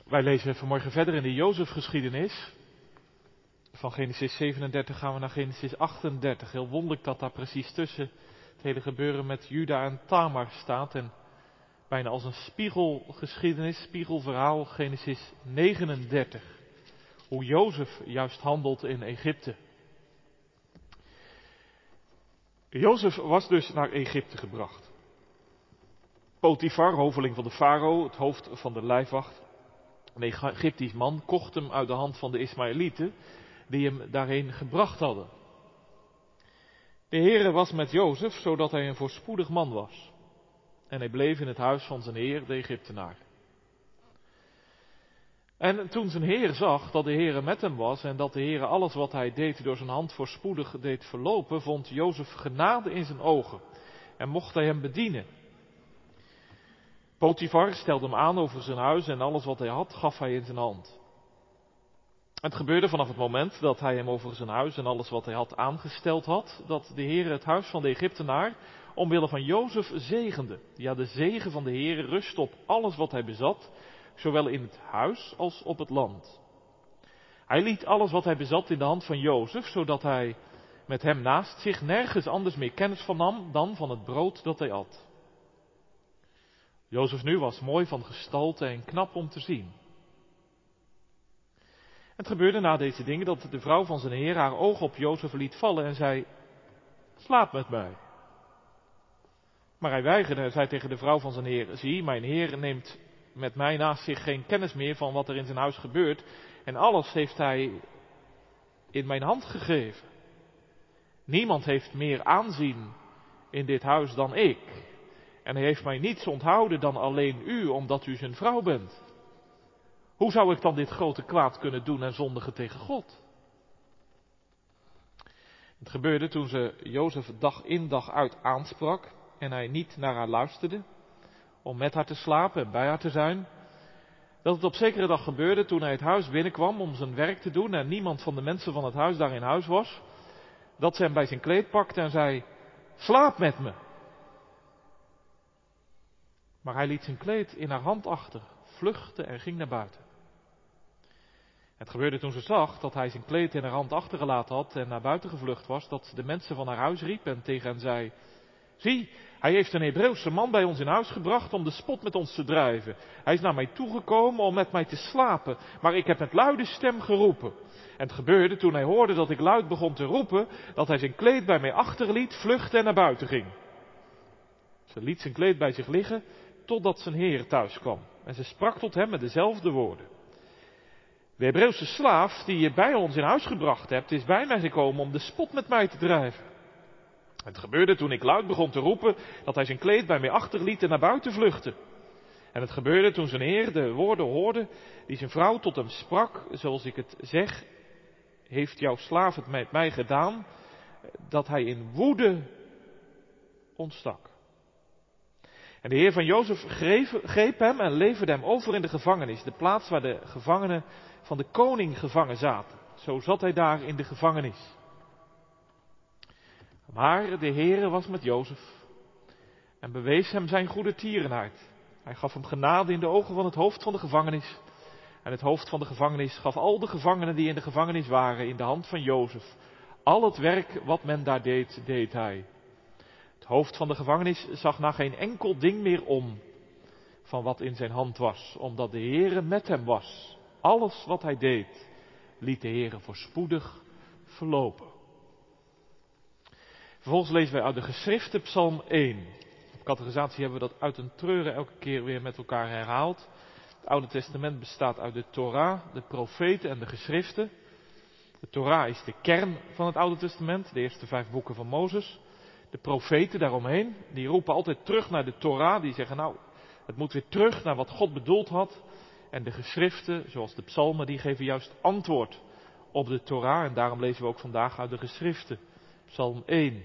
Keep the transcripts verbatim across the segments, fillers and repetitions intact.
Wij lezen vanmorgen verder in de Jozefgeschiedenis. Van Genesis zevenendertig gaan we naar Genesis achtendertig. Heel wonderlijk dat daar precies tussen het hele gebeuren met Juda en Tamar staat. En bijna als een spiegelgeschiedenis, spiegelverhaal, Genesis negenendertig. Hoe Jozef juist handelt in Egypte. Jozef was dus naar Egypte gebracht. Potifar, hoveling van de farao, het hoofd van de lijfwacht, een Egyptisch man, kocht hem uit de hand van de Ismaëlieten, die hem daarheen gebracht hadden. De Heere was met Jozef, zodat hij een voorspoedig man was. En hij bleef in het huis van zijn heer, de Egyptenaar. En toen zijn heer zag dat de Heere met hem was en dat de Heere alles wat hij deed door zijn hand voorspoedig deed verlopen, vond Jozef genade in zijn ogen en mocht hij hem bedienen. Potifar stelde hem aan over zijn huis en alles wat hij had gaf hij in zijn hand. Het gebeurde vanaf het moment dat hij hem over zijn huis en alles wat hij had aangesteld had, dat de Heere het huis van de Egyptenaar omwille van Jozef zegende. Ja, de zegen van de Heere rust op alles wat hij bezat, zowel in het huis als op het land. Hij liet alles wat hij bezat in de hand van Jozef, zodat hij met hem naast zich nergens anders meer kennis van nam dan van het brood dat hij at. Jozef nu was mooi van gestalte en knap om te zien. Het gebeurde na deze dingen dat de vrouw van zijn heer haar oog op Jozef liet vallen en zei: slaap met mij. Maar hij weigerde en zei tegen de vrouw van zijn heer: zie, mijn heer neemt met mij naast zich geen kennis meer van wat er in zijn huis gebeurt en alles heeft hij in mijn hand gegeven. Niemand heeft meer aanzien in dit huis dan ik. En hij heeft mij niets onthouden dan alleen u, omdat u zijn vrouw bent. Hoe zou ik dan dit grote kwaad kunnen doen en zondigen tegen God? Het gebeurde toen ze Jozef dag in dag uit aansprak en hij niet naar haar luisterde, om met haar te slapen en bij haar te zijn. Dat het op zekere dag gebeurde toen hij het huis binnenkwam om zijn werk te doen en niemand van de mensen van het huis daar in huis was, dat ze hem bij zijn kleed pakte en zei: slaap met me. Maar hij liet zijn kleed in haar hand achter, vluchtte en ging naar buiten. Het gebeurde toen ze zag dat hij zijn kleed in haar hand achtergelaten had en naar buiten gevlucht was, dat ze de mensen van haar huis riep en tegen hen zei: zie, hij heeft een Hebreeuwse man bij ons in huis gebracht om de spot met ons te drijven. Hij is naar mij toegekomen om met mij te slapen, maar ik heb met luide stem geroepen. En het gebeurde toen hij hoorde dat ik luid begon te roepen, dat hij zijn kleed bij mij achterliet, vluchtte en naar buiten ging. Ze liet zijn kleed bij zich liggen, totdat zijn heer thuis kwam. En ze sprak tot hem met dezelfde woorden. De Hebreeuwse slaaf die je bij ons in huis gebracht hebt, is bij mij gekomen om de spot met mij te drijven. Het gebeurde toen ik luid begon te roepen, dat hij zijn kleed bij mij achterliet en naar buiten vluchtte. En het gebeurde toen zijn heer de woorden hoorde, die zijn vrouw tot hem sprak, zoals ik het zeg, heeft jouw slaaf het met mij gedaan, dat hij in woede ontstak. En de heer van Jozef greep, greep hem en leverde hem over in de gevangenis, de plaats waar de gevangenen van de koning gevangen zaten. Zo zat hij daar in de gevangenis. Maar de Heere was met Jozef en bewees hem zijn goede tierenheid. Hij gaf hem genade in de ogen van het hoofd van de gevangenis. En het hoofd van de gevangenis gaf al de gevangenen die in de gevangenis waren in de hand van Jozef. Al het werk wat men daar deed, deed hij. Het hoofd van de gevangenis zag naar geen enkel ding meer om van wat in zijn hand was, omdat de Heere met hem was. Alles wat hij deed, liet de Heere voorspoedig verlopen. Vervolgens lezen wij uit de geschriften Psalm één. Op catechisatie hebben we dat uit een treuren elke keer weer met elkaar herhaald. Het Oude Testament bestaat uit de Torah, de profeten en de geschriften. De Torah is de kern van het Oude Testament, de eerste vijf boeken van Mozes. De profeten daaromheen, die roepen altijd terug naar de Torah, die zeggen nou, het moet weer terug naar wat God bedoeld had. En de geschriften, zoals de psalmen, die geven juist antwoord op de Torah. En daarom lezen we ook vandaag uit de geschriften. Psalm één.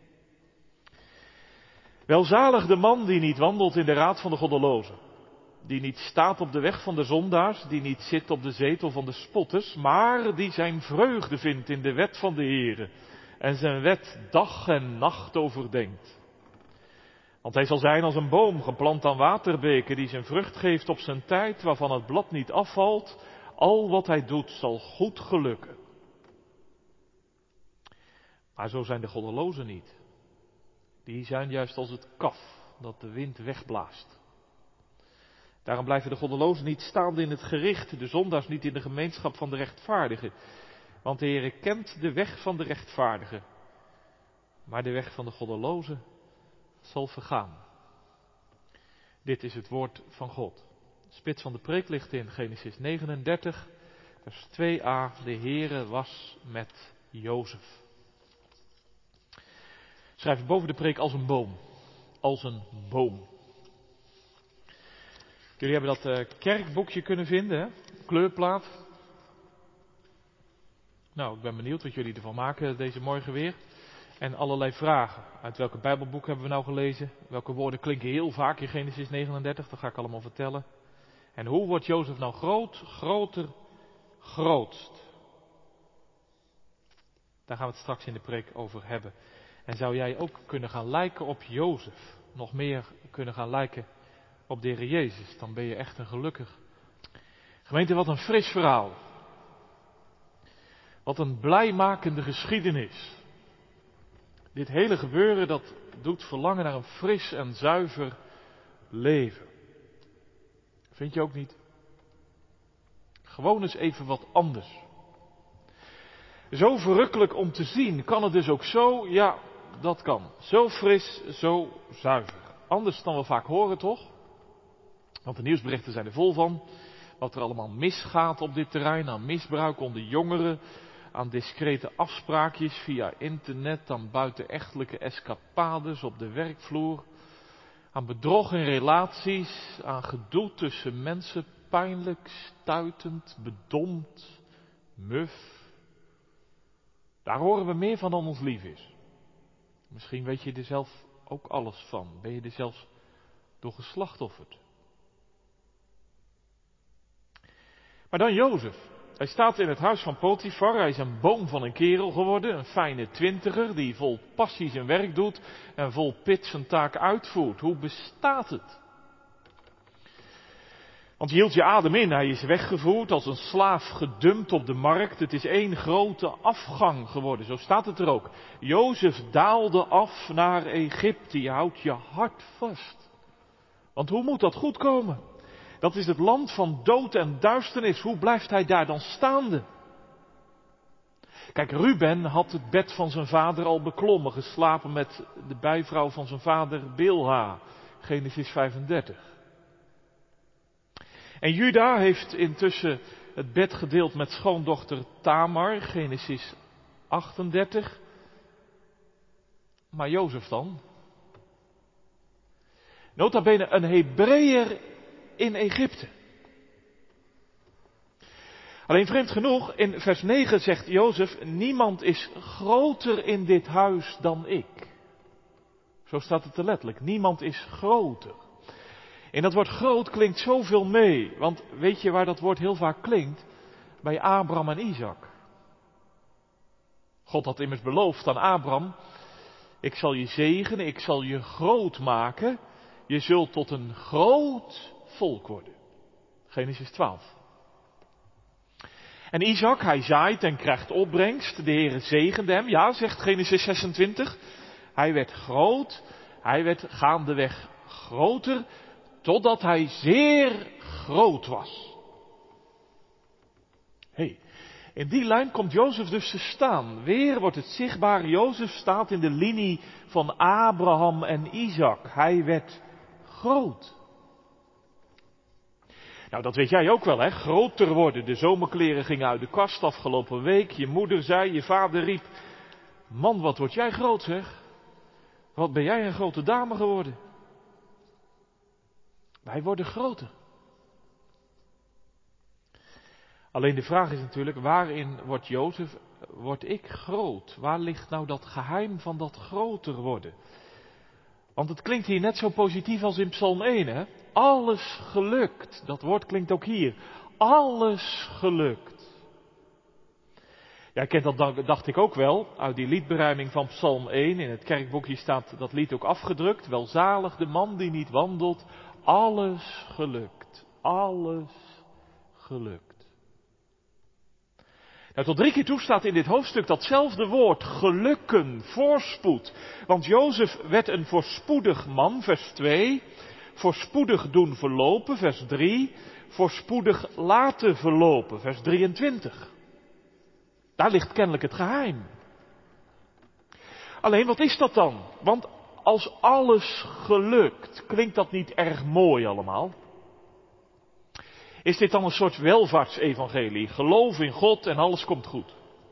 Welzalig de man die niet wandelt in de raad van de goddelozen, die niet staat op de weg van de zondaars, die niet zit op de zetel van de spotters, maar die zijn vreugde vindt in de wet van de Heere en zijn wet dag en nacht overdenkt. Want hij zal zijn als een boom geplant aan waterbeken die zijn vrucht geeft op zijn tijd, waarvan het blad niet afvalt. Al wat hij doet zal goed gelukken. Maar zo zijn de goddelozen niet. Die zijn juist als het kaf dat de wind wegblaast. Daarom blijven de goddelozen niet staande in het gericht, de zondaars niet in de gemeenschap van de rechtvaardigen. Want de Heere kent de weg van de rechtvaardigen, maar de weg van de goddelozen zal vergaan. Dit is het woord van God. De spits van de preek ligt in Genesis negenendertig, vers twee a. De Heere was met Jozef. Schrijf boven de preek als een boom. Als een boom. Jullie hebben dat uh, kerkboekje kunnen vinden, hè? Kleurplaat. Nou, ik ben benieuwd wat jullie ervan maken deze morgen weer. En allerlei vragen. Uit welke Bijbelboek hebben we nou gelezen? Welke woorden klinken heel vaak in Genesis negenendertig? Dat ga ik allemaal vertellen. En hoe wordt Jozef nou groot, groter, grootst? Daar gaan we het straks in de preek over hebben. En zou jij ook kunnen gaan lijken op Jozef? Nog meer kunnen gaan lijken op de Heer Jezus? Dan ben je echt een gelukkig. Gemeente, wat een fris verhaal. Wat een blijmakende geschiedenis. Dit hele gebeuren, dat doet verlangen naar een fris en zuiver leven. Vind je ook niet? Gewoon eens even wat anders. Zo verrukkelijk om te zien, kan het dus ook zo? Ja, dat kan. Zo fris, zo zuiver. Anders dan we vaak horen, toch? Want de nieuwsberichten zijn er vol van. Wat er allemaal misgaat op dit terrein, aan misbruik onder jongeren, aan discrete afspraakjes via internet, aan buitenechtelijke escapades op de werkvloer, aan bedrog in relaties, aan gedoe tussen mensen, pijnlijk, stuitend, bedompt, muf. Daar horen we meer van dan ons lief is. Misschien weet je er zelf ook alles van. Ben je er zelfs door geslachtofferd. Maar dan Jozef. Hij staat in het huis van Potifar. Hij is een boom van een kerel geworden. Een fijne twintiger die vol passie zijn werk doet. En vol pit zijn taak uitvoert. Hoe bestaat het? Want je hield je adem in. Hij is weggevoerd als een slaaf gedumpt op de markt. Het is één grote afgang geworden. Zo staat het er ook. Jozef daalde af naar Egypte. Je houdt je hart vast. Want hoe moet dat goed komen? Dat is het land van dood en duisternis. Hoe blijft hij daar dan staande? Kijk, Ruben had het bed van zijn vader al beklommen, geslapen met de bijvrouw van zijn vader Bilha. Genesis vijfendertig. En Juda heeft intussen het bed gedeeld met schoondochter Tamar. Genesis achtendertig. Maar Jozef dan? Nota bene een Hebreeër in Egypte. Alleen vreemd genoeg, in vers negen zegt Jozef, niemand is groter in dit huis dan ik. Zo staat het er letterlijk, niemand is groter. En dat woord groot klinkt zoveel mee, want weet je waar dat woord heel vaak klinkt? Bij Abraham en Isaac. God had immers beloofd aan Abraham, ik zal je zegenen, ik zal je groot maken, je zult tot een groot volk worden. Genesis twaalf. En Isaac, hij zaait en krijgt opbrengst. De Heere zegende hem. Ja, zegt Genesis zesentwintig. Hij werd groot. Hij werd gaandeweg groter. Totdat hij zeer groot was. Hé, hey, in die lijn komt Jozef dus te staan. Weer wordt het zichtbaar. Jozef staat in de linie van Abraham en Isaac. Hij werd groot. Nou, dat weet jij ook wel, hè? Groter worden. De zomerkleren gingen uit de kast afgelopen week. Je moeder zei, je vader riep, man, wat word jij groot, zeg. Wat ben jij een grote dame geworden. Wij worden groter. Alleen de vraag is natuurlijk, waarin wordt Jozef, word ik groot? Waar ligt nou dat geheim van dat groter worden? Want het klinkt hier net zo positief als in Psalm één, hè? Alles gelukt. Dat woord klinkt ook hier. Alles gelukt. Ja, kent dat, dacht ik ook wel, uit die liedberuiming van Psalm één. In het kerkboekje staat dat lied ook afgedrukt. Welzalig de man die niet wandelt, alles gelukt, alles gelukt. Nou, tot drie keer toe staat in dit hoofdstuk datzelfde woord, gelukken, voorspoed. Want Jozef werd een voorspoedig man, vers twee. Voorspoedig doen verlopen, vers drie. Voorspoedig laten verlopen, vers drieëntwintig. Daar ligt kennelijk het geheim. Alleen, wat is dat dan? Want als alles gelukt, klinkt dat niet erg mooi allemaal? Is dit dan een soort welvaartsevangelie? Geloof in God en alles komt goed.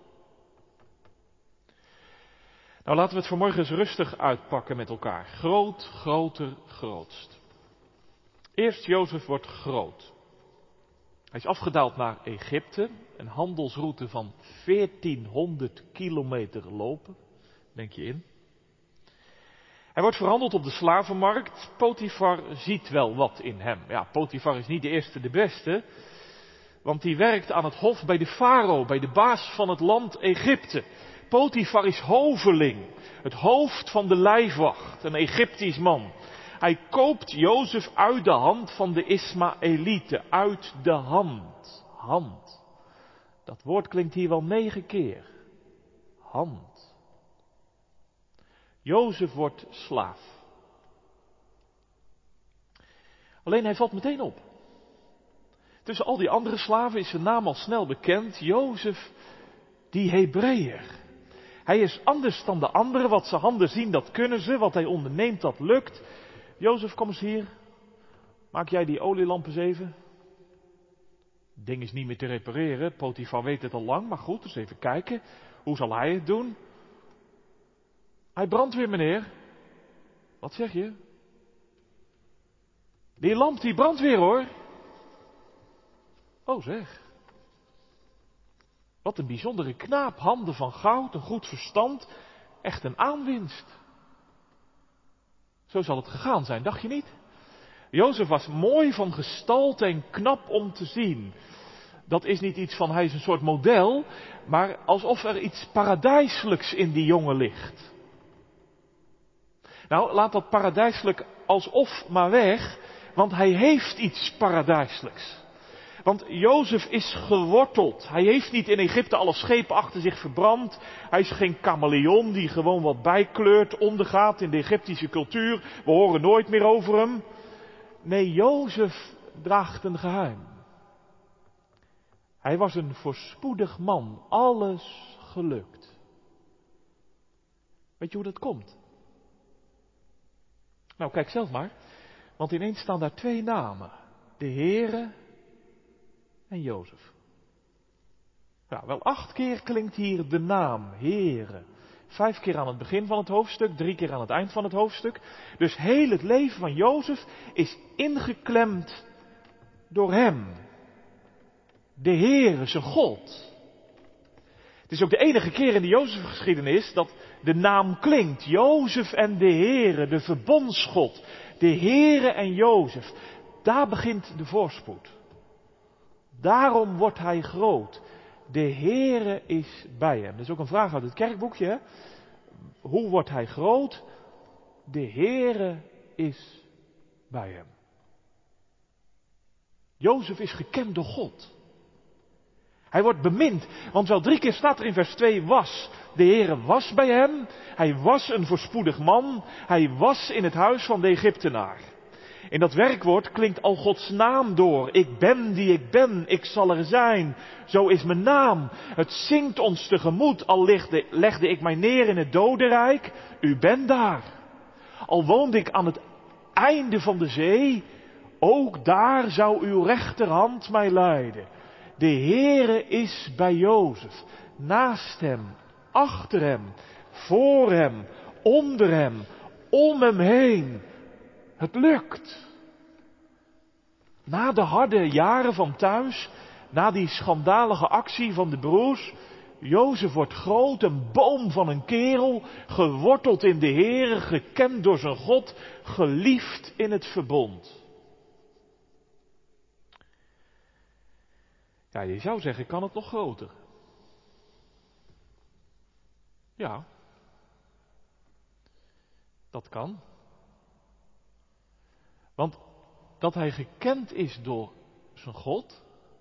Nou, laten we het vanmorgen eens rustig uitpakken met elkaar. Groot, groter, grootst. Eerst, Jozef wordt groot. Hij is afgedaald naar Egypte, een handelsroute van veertienhonderd kilometer lopen, denk je in. Hij wordt verhandeld op de slavenmarkt. Potifar ziet wel wat in hem. Ja, Potifar is niet de eerste de beste, want die werkt aan het hof bij de farao, bij de baas van het land Egypte. Potifar is hoveling, het hoofd van de lijfwacht, een Egyptisch man. Hij koopt Jozef uit de hand van de Ismaëlieten, uit de hand. Hand. Dat woord klinkt hier wel negen keer. Hand. Jozef wordt slaaf. Alleen hij valt meteen op. Tussen al die andere slaven is zijn naam al snel bekend. Jozef, die Hebreeër. Hij is anders dan de anderen. Wat zijn handen zien, dat kunnen ze. Wat hij onderneemt, dat lukt. Jozef, kom eens hier. Maak jij die olielamp eens even. Het ding is niet meer te repareren. Potifar weet het al lang, maar goed, dus even kijken. Hoe zal hij het doen? Hij brandt weer, meneer. Wat zeg je? Die lamp, die brandt weer, hoor. Oh, zeg. Wat een bijzondere knaap. Handen van goud, een goed verstand. Echt een aanwinst. Zo zal het gegaan zijn, dacht je niet? Jozef was mooi van gestalte en knap om te zien. Dat is niet iets van hij is een soort model, maar alsof er iets paradijselijks in die jongen ligt. Nou, laat dat paradijselijk alsof maar weg, want hij heeft iets paradijselijks. Want Jozef is geworteld. Hij heeft niet in Egypte alle schepen achter zich verbrand. Hij is geen chameleon die gewoon wat bijkleurt, ondergaat in de Egyptische cultuur. We horen nooit meer over hem. Nee, Jozef draagt een geheim. Hij was een voorspoedig man. Alles gelukt. Weet je hoe dat komt? Nou, kijk zelf maar. Want ineens staan daar twee namen. De Heere en Jozef. Nou, wel acht keer klinkt hier de naam Heere. Vijf keer aan het begin van het hoofdstuk, drie keer aan het eind van het hoofdstuk. Dus heel het leven van Jozef is ingeklemd door hem. De Heere, zijn God. Het is ook de enige keer in de Jozefgeschiedenis dat de naam klinkt. Jozef en de Heere, de verbondsgod. De Heere en Jozef. Daar begint de voorspoed. Daarom wordt hij groot. De Heere is bij hem. Dat is ook een vraag uit het kerkboekje. Hè? Hoe wordt hij groot? De Heere is bij hem. Jozef is gekend door God. Hij wordt bemind, want wel drie keer staat er in vers twee was. De Heere was bij hem, hij was een voorspoedig man, hij was in het huis van de Egyptenaar. In dat werkwoord klinkt al Gods naam door. Ik ben die ik ben, ik zal er zijn. Zo is mijn naam. Het zingt ons tegemoet, al legde, legde ik mij neer in het dodenrijk. U bent daar. Al woonde ik aan het einde van de zee, ook daar zou uw rechterhand mij leiden. De Heere is bij Jozef, naast hem, achter hem, voor hem, onder hem, om hem heen. Het lukt. Na de harde jaren van thuis, na die schandalige actie van de broers, Jozef wordt groot, een boom van een kerel, geworteld in de Heere, gekend door zijn God, geliefd in het verbond. Ja, je zou zeggen, kan het nog groter? Ja, dat kan. Want dat hij gekend is door zijn God,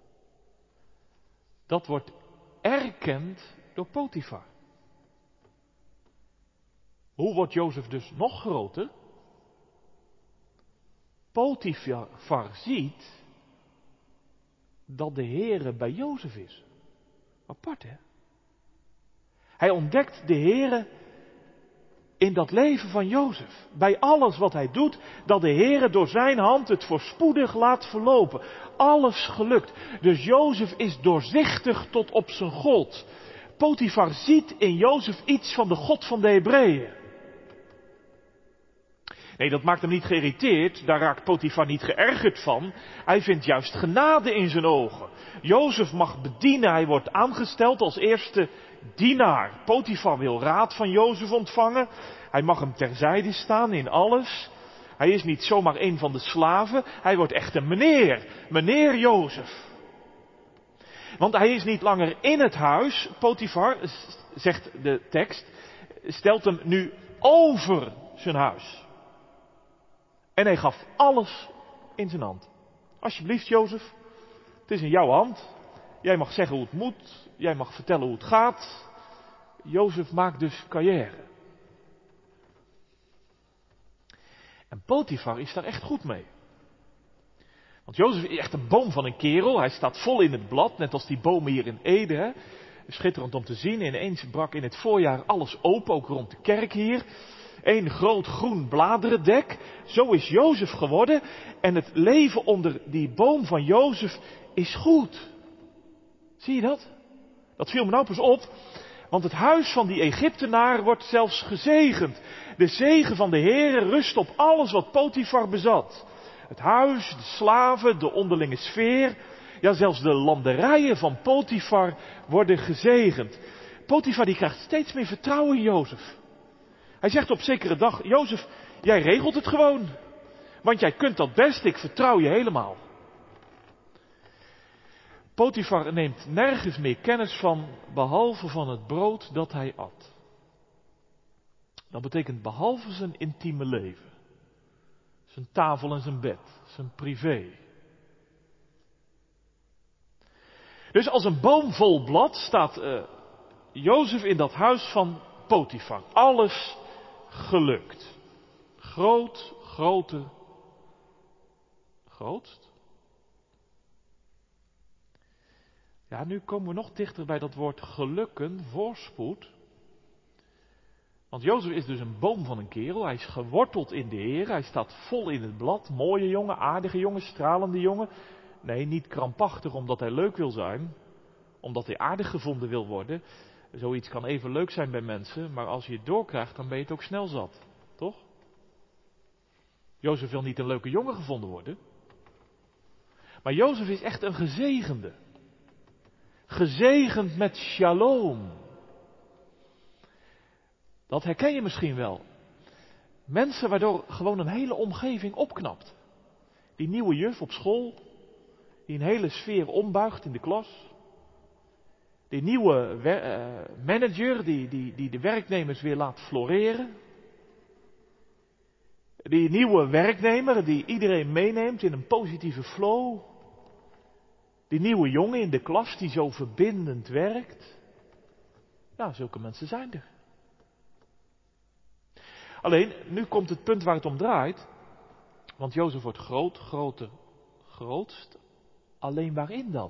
dat wordt erkend door Potifar. Hoe wordt Jozef dus nog groter? Potifar ziet dat de Heere bij Jozef is. Apart, hè? Hij ontdekt de Heere in dat leven van Jozef. Bij alles wat hij doet, dat de Heere door zijn hand het voorspoedig laat verlopen. Alles gelukt. Dus Jozef is doorzichtig tot op zijn God. Potifar ziet in Jozef iets van de God van de Hebreeën. Nee, dat maakt hem niet geïrriteerd, daar raakt Potifar niet geërgerd van. Hij vindt juist genade in zijn ogen. Jozef mag bedienen, hij wordt aangesteld als eerste dienaar. Potifar wil raad van Jozef ontvangen. Hij mag hem terzijde staan in alles. Hij is niet zomaar een van de slaven, hij wordt echt een meneer. Meneer Jozef. Want hij is niet langer in het huis. Potifar, zegt de tekst, stelt hem nu over zijn huis. En hij gaf alles in zijn hand. Alsjeblieft, Jozef, het is in jouw hand. Jij mag zeggen hoe het moet. Jij mag vertellen hoe het gaat. Jozef maakt dus carrière. En Potifar is daar echt goed mee. Want Jozef is echt een boom van een kerel. Hij staat vol in het blad, net als die bomen hier in Ede. Hè. Schitterend om te zien. Ineens brak in het voorjaar alles open, ook rond de kerk hier. Eén groot groen bladerendek. Zo is Jozef geworden. En het leven onder die boom van Jozef is goed. Zie je dat? Dat viel me nou pas op. Want het huis van die Egyptenaar wordt zelfs gezegend. De zegen van de Heere rust op alles wat Potifar bezat. Het huis, de slaven, de onderlinge sfeer. Ja, zelfs de landerijen van Potifar worden gezegend. Potifar die krijgt steeds meer vertrouwen in Jozef. Hij zegt op zekere dag, Jozef, jij regelt het gewoon. Want jij kunt dat best, ik vertrouw je helemaal. Potifar neemt nergens meer kennis van, behalve van het brood dat hij at. Dat betekent behalve zijn intieme leven. Zijn tafel en zijn bed, zijn privé. Dus als een boom vol blad staat uh, Jozef in dat huis van Potifar. Alles gelukt. Groot, grote, grootst. Ja, nu komen we nog dichter bij dat woord gelukken, voorspoed. Want Jozef is dus een boom van een kerel. Hij is geworteld in de Heer. Hij staat vol in het blad. Mooie jongen, aardige jongen, stralende jongen. Nee, niet krampachtig omdat hij leuk wil zijn. Omdat hij aardig gevonden wil worden. Zoiets kan even leuk zijn bij mensen. Maar als je het doorkrijgt, dan ben je het ook snel zat. Toch? Jozef wil niet een leuke jongen gevonden worden. Maar Jozef is echt een gezegende. Gezegend met shalom. Dat herken je misschien wel. Mensen waardoor gewoon een hele omgeving opknapt. Die nieuwe juf op school, die een hele sfeer ombuigt in de klas. Die nieuwe uh, manager die, die, die de werknemers weer laat floreren. Die nieuwe werknemer die iedereen meeneemt in een positieve flow. Die nieuwe jongen in de klas die zo verbindend werkt. Ja, zulke mensen zijn er. Alleen, nu komt het punt waar het om draait. Want Jozef wordt groot, groter, grootst. Alleen waarin dan?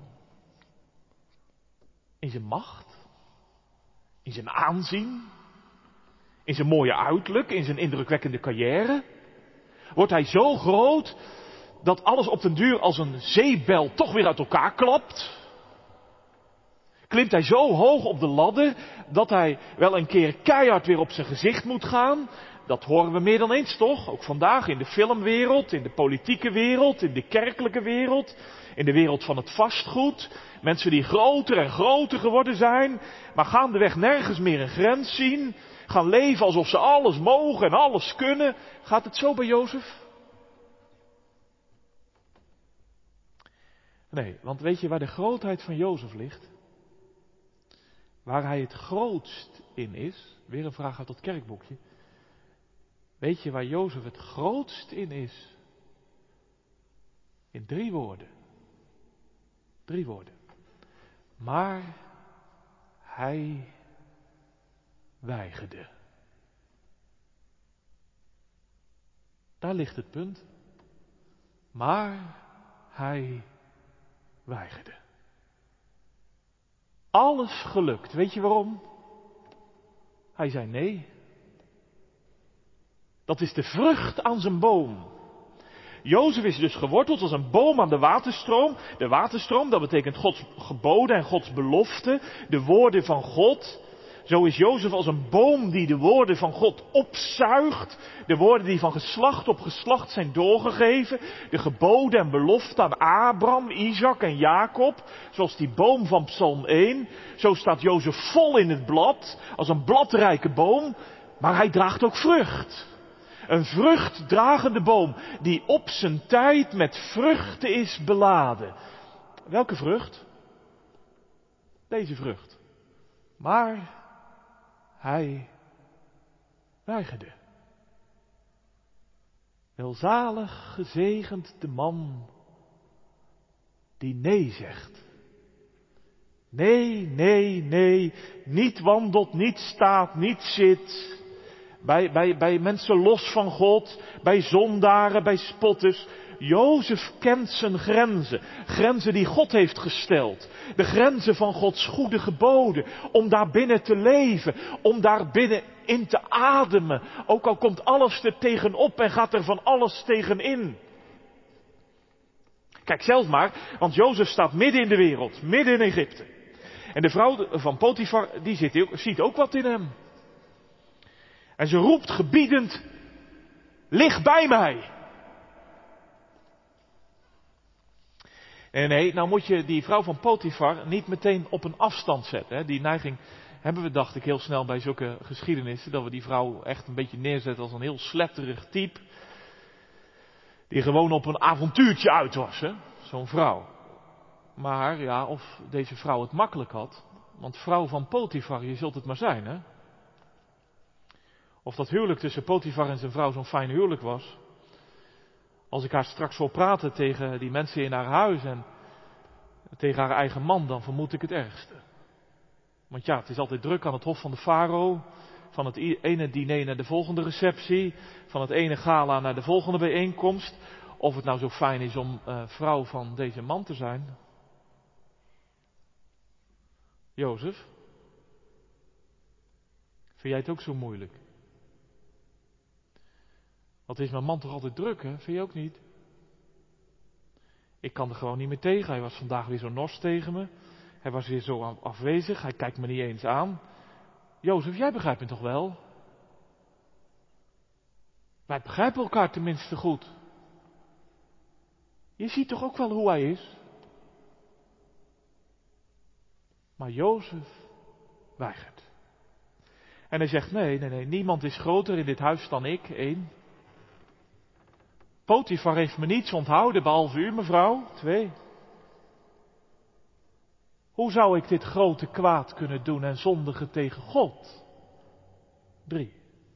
In zijn macht? In zijn aanzien? In zijn mooie uiterlijk? In zijn indrukwekkende carrière? Wordt hij zo groot dat alles op den duur als een zeebel toch weer uit elkaar klapt? Klimt hij zo hoog op de ladder dat hij wel een keer keihard weer op zijn gezicht moet gaan? Dat horen we meer dan eens toch? Ook vandaag in de filmwereld, in de politieke wereld, in de kerkelijke wereld, in de wereld van het vastgoed. Mensen die groter en groter geworden zijn, maar gaandeweg nergens meer een grens zien. Gaan leven alsof ze alles mogen en alles kunnen. Gaat het zo bij Jozef? Nee, want weet je waar de grootheid van Jozef ligt? waar hij het grootst in is, weer een vraag uit dat kerkboekje. Weet je waar Jozef het grootst in is? In drie woorden. Drie woorden. Maar hij weigerde. Daar ligt het punt. Maar hij weigerde. Alles gelukt. Weet je waarom? Hij zei nee. Dat is de vrucht aan zijn boom. Jozef is dus geworteld als een boom aan de waterstroom. De waterstroom, dat betekent Gods geboden en Gods beloften. De woorden van God. Zo is Jozef als een boom die de woorden van God opzuigt. De woorden die van geslacht op geslacht zijn doorgegeven. De geboden en beloften aan Abraham, Isaac en Jacob. Zoals die boom van Psalm één. Zo staat Jozef vol in het blad. Als een bladrijke boom. Maar hij draagt ook vrucht. Een vruchtdragende boom die op zijn tijd met vruchten is beladen. Welke vrucht? Deze vrucht. Maar hij weigerde. Welzalig gezegend de man die nee zegt. Nee, nee, nee, niet wandelt, niet staat, niet zit. Bij, bij, bij mensen los van God, bij zondaren, bij spotters. Jozef kent zijn grenzen. Grenzen die God heeft gesteld. De grenzen van Gods goede geboden. Om daar binnen te leven. Om daar binnen in te ademen. Ook al komt alles er tegenop en gaat er van alles tegenin. Kijk zelf maar, want Jozef staat midden in de wereld. Midden in Egypte. En de vrouw van Potifar, die ziet, ziet ook wat in hem. En ze roept gebiedend, lig bij mij. Nee, nee, nou moet je die vrouw van Potifar niet meteen op een afstand zetten. Hè. Die neiging hebben we, dacht ik, heel snel bij zulke geschiedenissen. Dat we die vrouw echt een beetje neerzetten als een heel sletterig type. Die gewoon op een avontuurtje uit was, hè. Zo'n vrouw. Maar ja, of deze vrouw het makkelijk had. Want vrouw van Potifar, je zult het maar zijn, hè. Of dat huwelijk tussen Potifar en zijn vrouw zo'n fijn huwelijk was. Als ik haar straks wil praten tegen die mensen in haar huis en tegen haar eigen man, dan vermoed ik het ergste. Want ja, het is altijd druk aan het hof van de farao. Van het ene diner naar de volgende receptie. Van het ene gala naar de volgende bijeenkomst. Of het nou zo fijn is om uh, vrouw van deze man te zijn. Jozef, vind jij het ook zo moeilijk? Wat is mijn man toch altijd druk, hè? Vind je ook niet? Ik kan er gewoon niet meer tegen. Hij was vandaag weer zo nors tegen me. Hij was weer zo afwezig. Hij kijkt me niet eens aan. Jozef, jij begrijpt me toch wel? Wij begrijpen elkaar tenminste goed. Je ziet toch ook wel hoe hij is? Maar Jozef weigert. En hij zegt, nee, nee, nee, niemand is groter in dit huis dan ik, één. Potifar heeft me niets onthouden, behalve u, mevrouw, twee. Hoe zou ik dit grote kwaad kunnen doen en zondigen tegen God? Drie.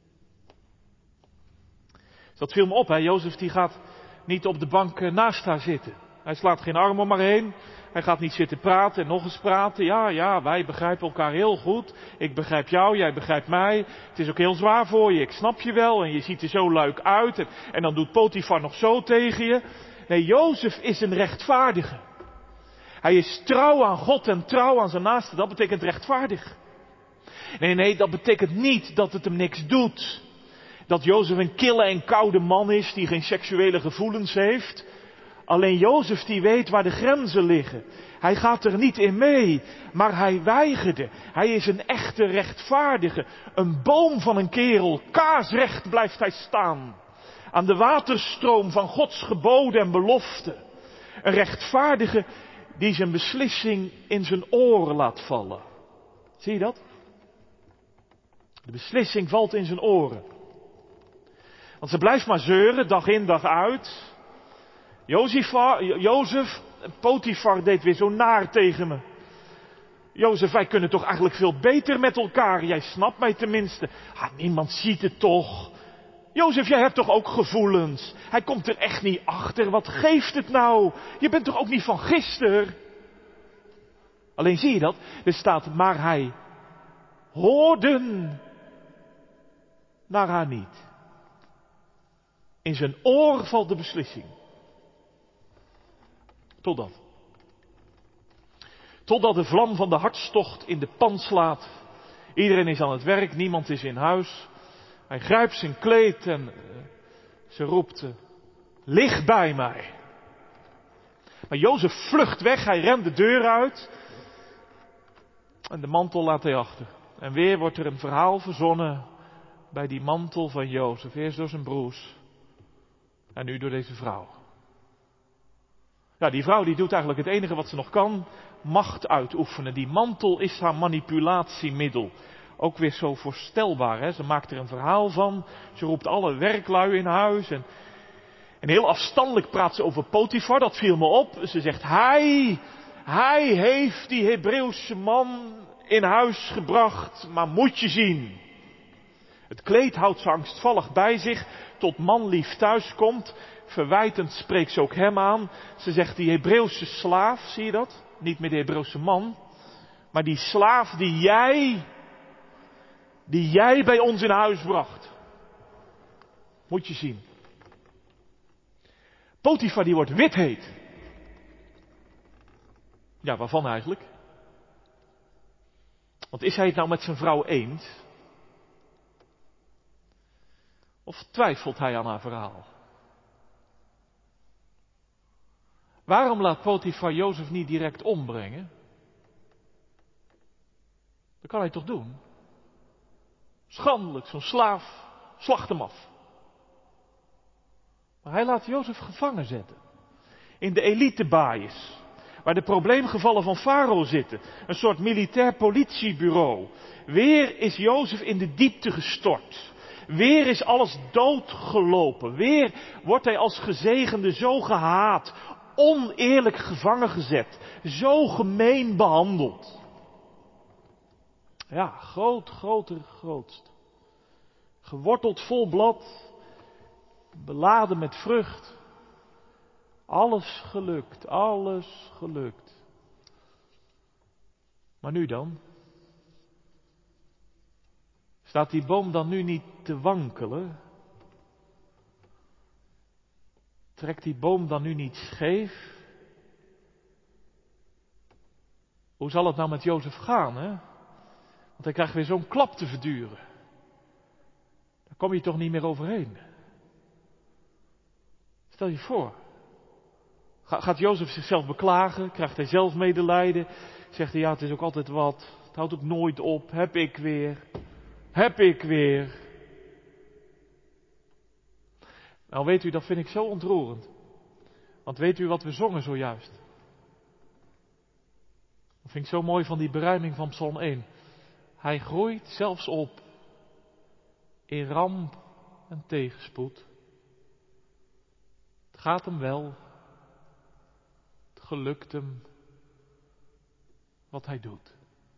Dat viel me op, hè. Jozef die gaat niet op de bank naast haar zitten. Hij slaat geen arm om haar heen. Hij gaat niet zitten praten en nog eens praten. Ja, ja, wij begrijpen elkaar heel goed. Ik begrijp jou, jij begrijpt mij. Het is ook heel zwaar voor je, ik snap je wel. En je ziet er zo leuk uit. En, en dan doet Potifar nog zo tegen je. Nee, Jozef is een rechtvaardige. Hij is trouw aan God en trouw aan zijn naaste. Dat betekent rechtvaardig. Nee, nee, dat betekent niet dat het hem niks doet. Dat Jozef een kille en koude man is die geen seksuele gevoelens heeft. Alleen Jozef die weet waar de grenzen liggen. Hij gaat er niet in mee, maar hij weigerde. Hij is een echte rechtvaardige. Een boom van een kerel, kaarsrecht blijft hij staan. Aan de waterstroom van Gods geboden en beloften. Een rechtvaardige die zijn beslissing in zijn oren laat vallen. Zie je dat? De beslissing valt in zijn oren. Want ze blijft maar zeuren, dag in dag uit. Jozef, Potifar deed weer zo naar tegen me. Jozef, wij kunnen toch eigenlijk veel beter met elkaar. Jij snapt mij tenminste. Ah, niemand ziet het toch. Jozef, jij hebt toch ook gevoelens? Hij komt er echt niet achter. Wat geeft het nou? Je bent toch ook niet van gisteren? Alleen zie je dat? Er staat, maar hij hoorde naar haar niet. In zijn oor valt de beslissing. Totdat. Totdat de vlam van de hartstocht in de pan slaat. Iedereen is aan het werk, niemand is in huis. Hij grijpt zijn kleed en uh, ze roept, uh, lig bij mij. Maar Jozef vlucht weg, hij rent de deur uit. En de mantel laat hij achter. En weer wordt er een verhaal verzonnen bij die mantel van Jozef. Eerst door zijn broers. En nu door deze vrouw. Ja, die vrouw die doet eigenlijk het enige wat ze nog kan. Macht uitoefenen. Die mantel is haar manipulatiemiddel. Ook weer zo voorstelbaar. Hè? Ze maakt er een verhaal van. Ze roept alle werklui in huis. En, en heel afstandelijk praat ze over Potifar. Dat viel me op. Ze zegt, hij, hij heeft die Hebreeuwse man in huis gebracht. Maar moet je zien. Het kleed houdt ze angstvallig bij zich. Tot manlief thuis komt. Verwijtend spreekt ze ook hem aan. Ze zegt, die Hebreeuwse slaaf, zie je dat? Niet meer de Hebreeuwse man. Maar die slaaf die jij... Die jij bij ons in huis bracht. Moet je zien. Potifar die wordt witheet. Ja, waarvan eigenlijk? Want is hij het nou met zijn vrouw eens? Of twijfelt hij aan haar verhaal? Waarom laat Potifar Jozef niet direct ombrengen? Dat kan hij toch doen? Schandelijk, zo'n slaaf, slacht hem af. Maar hij laat Jozef gevangen zetten. In de elitebaaiers. Waar de probleemgevallen van Farao zitten. Een soort militair politiebureau. Weer is Jozef in de diepte gestort. Weer is alles doodgelopen. Weer wordt hij als gezegende zo gehaat. Oneerlijk gevangen gezet. Zo gemeen behandeld. Ja, groot, groter, grootst. Geworteld vol blad. Beladen met vrucht. Alles gelukt, alles gelukt. Maar nu dan? Staat die boom dan nu niet te wankelen? Trekt die boom dan nu niet scheef? Hoe zal het nou met Jozef gaan, hè? Want hij krijgt weer zo'n klap te verduren. Daar kom je toch niet meer overheen. Stel je voor. Gaat Jozef zichzelf beklagen? Krijgt hij zelf medelijden? Zegt hij, ja, het is ook altijd wat. Het houdt ook nooit op. Heb ik weer. Heb ik weer. Nou weet u, dat vind ik zo ontroerend. Want weet u wat we zongen zojuist? Dat vind ik zo mooi van die berijming van Psalm één. Hij groeit zelfs op in ramp en tegenspoed. Het gaat hem wel. Het gelukt hem wat hij doet.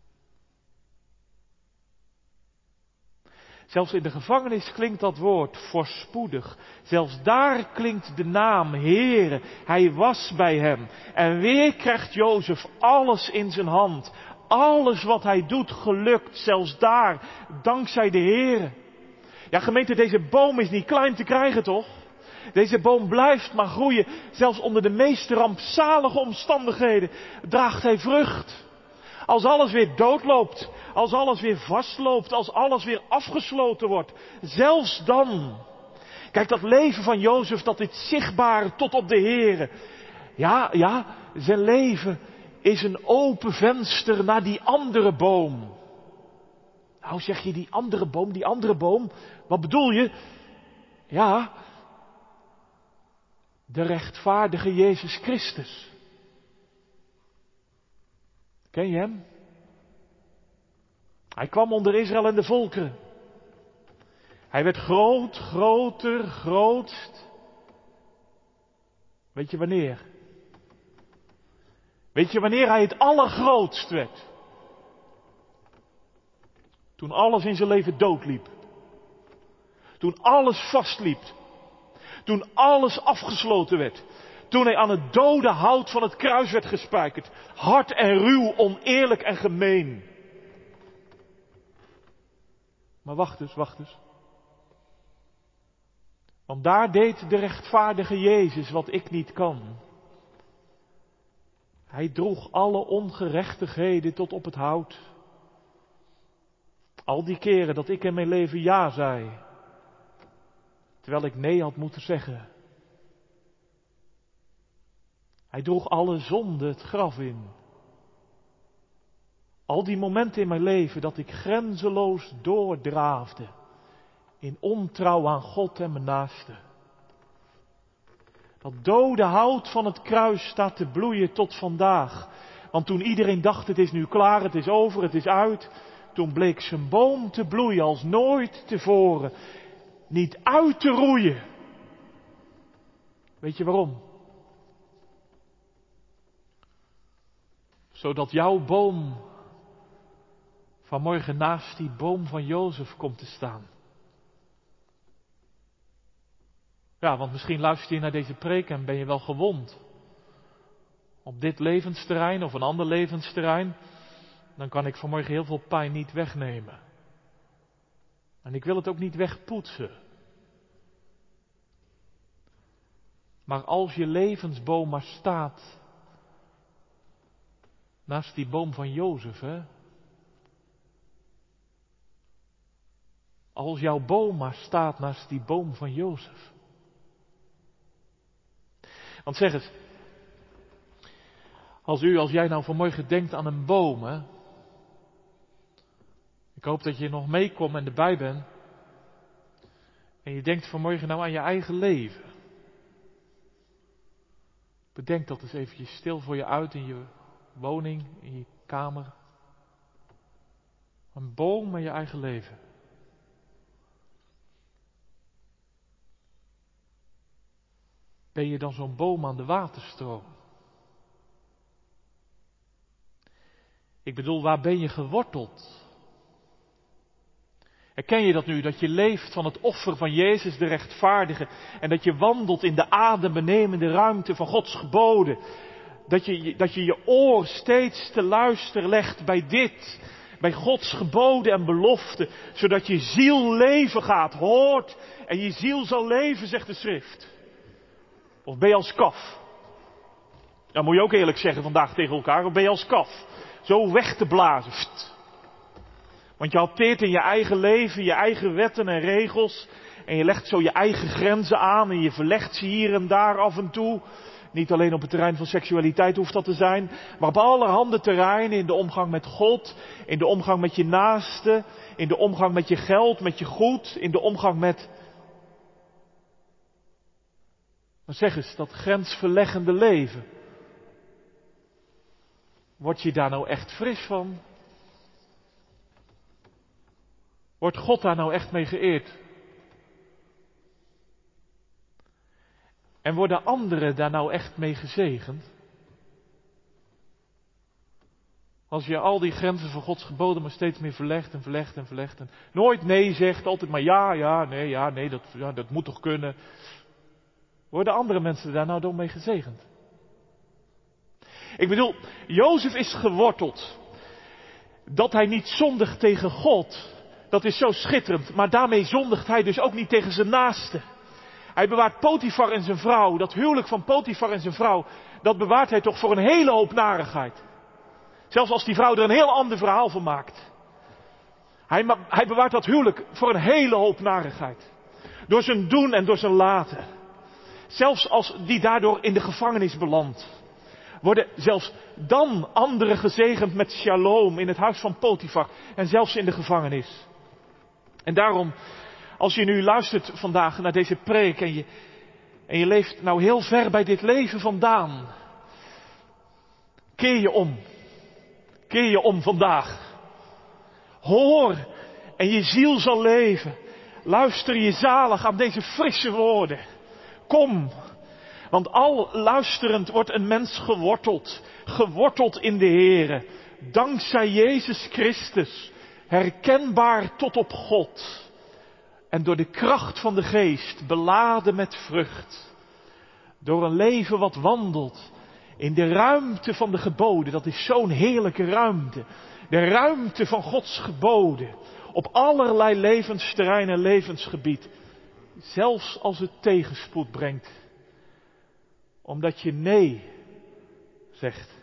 Zelfs in de gevangenis klinkt dat woord voorspoedig. Zelfs daar klinkt de naam Heere. Hij was bij hem. En weer krijgt Jozef alles in zijn hand. Alles wat hij doet gelukt. Zelfs daar, dankzij de Heere. Ja, gemeente, deze boom is niet klein te krijgen, toch? Deze boom blijft maar groeien. Zelfs onder de meest rampzalige omstandigheden draagt hij vrucht. Als alles weer doodloopt, als alles weer vastloopt, als alles weer afgesloten wordt. Zelfs dan. Kijk, dat leven van Jozef, dat is zichtbaar tot op de Heere. Ja, ja, zijn leven is een open venster naar die andere boom. Nou, zeg je die andere boom, die andere boom? Wat bedoel je? Ja, de rechtvaardige Jezus Christus. Ken je hem? Hij kwam onder Israël en de volkeren. Hij werd groot, groter, grootst. Weet je wanneer? Weet je wanneer hij het allergrootst werd? Toen alles in zijn leven doodliep. Toen alles vastliep. Toen alles afgesloten werd. Toen hij aan het dode hout van het kruis werd gespijkerd. Hard en ruw, oneerlijk en gemeen. Maar wacht eens, wacht eens. Want daar deed de rechtvaardige Jezus wat ik niet kan. Hij droeg alle ongerechtigheden tot op het hout. Al die keren dat ik in mijn leven ja zei. Terwijl ik nee had moeten zeggen. Hij droeg alle zonde het graf in. Al die momenten in mijn leven dat ik grenzeloos doordraafde. In ontrouw aan God en mijn naaste. Dat dode hout van het kruis staat te bloeien tot vandaag. Want toen iedereen dacht het is nu klaar, het is over, het is uit. Toen bleek zijn boom te bloeien als nooit tevoren. Niet uit te roeien. Weet je waarom? Zodat jouw boom vanmorgen naast die boom van Jozef komt te staan. Ja, want misschien luister je naar deze preek en ben je wel gewond. Op dit levensterrein of een ander levensterrein. Dan kan ik vanmorgen heel veel pijn niet wegnemen. En ik wil het ook niet wegpoetsen. Maar als je levensboom maar staat naast die boom van Jozef, hè. Als jouw boom maar staat naast die boom van Jozef. Want zeg eens, als u, als jij nou vanmorgen denkt aan een boom, hè. Ik hoop dat je nog meekomt en erbij bent. En je denkt vanmorgen nou aan je eigen leven. Bedenk dat eens eventjes stil voor je uit in je woning, in je kamer. Een boom in je eigen leven. Ben je dan zo'n boom aan de waterstroom? Ik bedoel, waar ben je geworteld? Herken je dat nu, dat je leeft van het offer van Jezus de rechtvaardige en dat je wandelt in de adembenemende ruimte van Gods geboden? Dat je, dat je je oor steeds te luisteren legt bij dit, bij Gods geboden en beloften, zodat je ziel leven gaat, hoort en je ziel zal leven, zegt de schrift. Of ben je als kaf? Dan moet je ook eerlijk zeggen vandaag tegen elkaar, of ben je als kaf? Zo weg te blazen. Pst. Want je hanteert in je eigen leven, je eigen wetten en regels. En je legt zo je eigen grenzen aan en je verlegt ze hier en daar af en toe. Niet alleen op het terrein van seksualiteit hoeft dat te zijn, maar op allerhande terreinen in de omgang met God, in de omgang met je naaste, in de omgang met je geld, met je goed, in de omgang met... Maar zeg eens, dat grensverleggende leven. Word je daar nou echt fris van? Wordt God daar nou echt mee geëerd? En worden anderen daar nou echt mee gezegend? Als je al die grenzen van Gods geboden maar steeds meer verlegt en verlegt en verlegt en nooit nee zegt, altijd maar ja, ja, nee, ja, nee, dat, ja, dat moet toch kunnen. Worden andere mensen daar nou door mee gezegend? Ik bedoel, Jozef is geworteld. Dat hij niet zondigt tegen God, dat is zo schitterend. Maar daarmee zondigt hij dus ook niet tegen zijn naaste. Hij bewaart Potifar en zijn vrouw. Dat huwelijk van Potifar en zijn vrouw, dat bewaart hij toch voor een hele hoop narigheid. Zelfs als die vrouw er een heel ander verhaal van maakt. Hij, hij bewaart dat huwelijk voor een hele hoop narigheid. Door zijn doen en door zijn laten. Zelfs als die daardoor in de gevangenis belandt. Worden zelfs dan anderen gezegend met shalom in het huis van Potifar. En zelfs in de gevangenis. En daarom, als je nu luistert vandaag naar deze preek en je, en je leeft nou heel ver bij dit leven vandaan. Keer je om. Keer je om vandaag. Hoor en je ziel zal leven. Luister je zalig aan deze frisse woorden. Kom. Want al luisterend wordt een mens geworteld. Geworteld in de Here. Dankzij Jezus Christus. herkenbaar tot op God en door de kracht van de geest beladen met vrucht. Door een leven wat wandelt in de ruimte van de geboden, dat is zo'n heerlijke ruimte. De ruimte van Gods geboden op allerlei levensterreinen en levensgebied. Zelfs als het tegenspoed brengt. Omdat je nee zegt.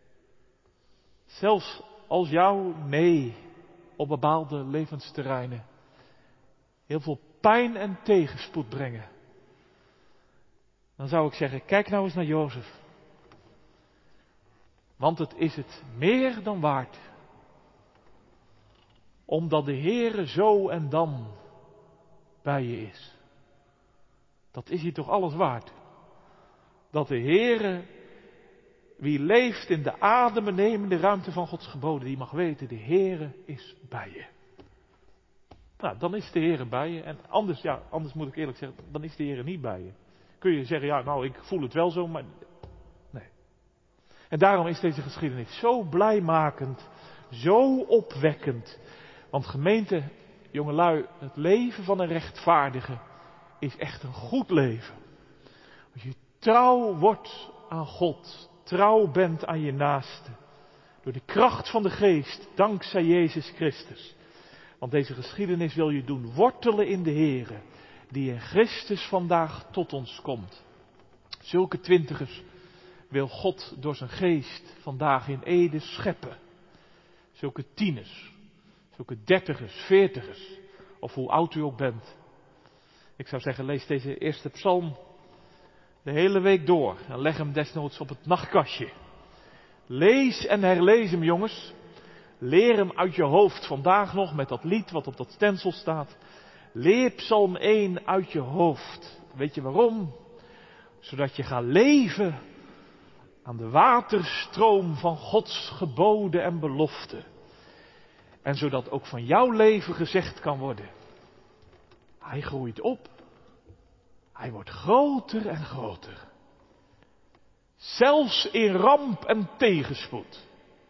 Zelfs als jouw nee op bepaalde levensterreinen heel veel pijn en tegenspoed brengen. Dan zou ik zeggen, kijk nou eens naar Jozef. Want het is het meer dan waard. Omdat de Heere zo en dan bij je is. Dat is hier toch alles waard. Dat de Heere, wie leeft in de adembenemende ruimte van Gods geboden, die mag weten, de Heere is bij je. Nou, dan is de Heere bij je. En anders, ja, anders moet ik eerlijk zeggen, dan is de Heere niet bij je. Kun je zeggen, ja, nou, ik voel het wel zo, maar nee. En daarom is deze geschiedenis zo blijmakend, zo opwekkend. Want gemeente, jongelui, het leven van een rechtvaardige is echt een goed leven. Als je trouw wordt aan God, trouw bent aan je naaste. Door de kracht van de geest, dankzij Jezus Christus. Want deze geschiedenis wil je doen wortelen in de Heere, die in Christus vandaag tot ons komt. Zulke twintigers wil God door zijn geest vandaag in Ede scheppen. Zulke tieners, zulke dertigers, veertigers, of hoe oud u ook bent. Ik zou zeggen, lees deze eerste psalm de hele week door en leg hem desnoods op het nachtkastje. Lees en herlees hem, jongens. Leer hem uit je hoofd vandaag nog met dat lied wat op dat stencil staat. Leer psalm één uit je hoofd. Weet je waarom? Zodat je gaat leven aan de waterstroom van Gods geboden en beloften. En zodat ook van jouw leven gezegd kan worden. Hij groeit op. Hij wordt groter en groter. Zelfs in ramp en tegenspoed.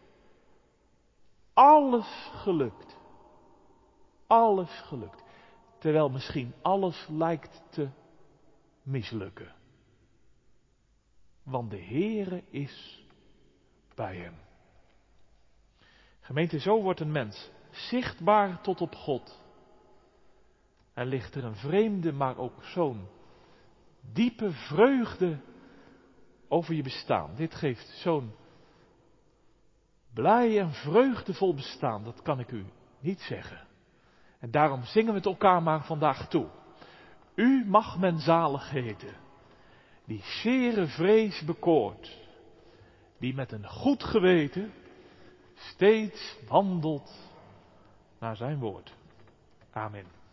Alles gelukt. Alles gelukt. Terwijl misschien alles lijkt te mislukken. Want de Heere is bij hem. Gemeente, zo wordt een mens zichtbaar tot op God. En ligt er een vreemde, maar ook zo'n diepe vreugde over je bestaan. Dit geeft zo'n blij en vreugdevol bestaan, dat kan ik u niet zeggen. En daarom zingen we het elkaar maar vandaag toe. U mag men zalig heten, die zere vrees bekoort, die met een goed geweten steeds wandelt naar zijn woord. Amen.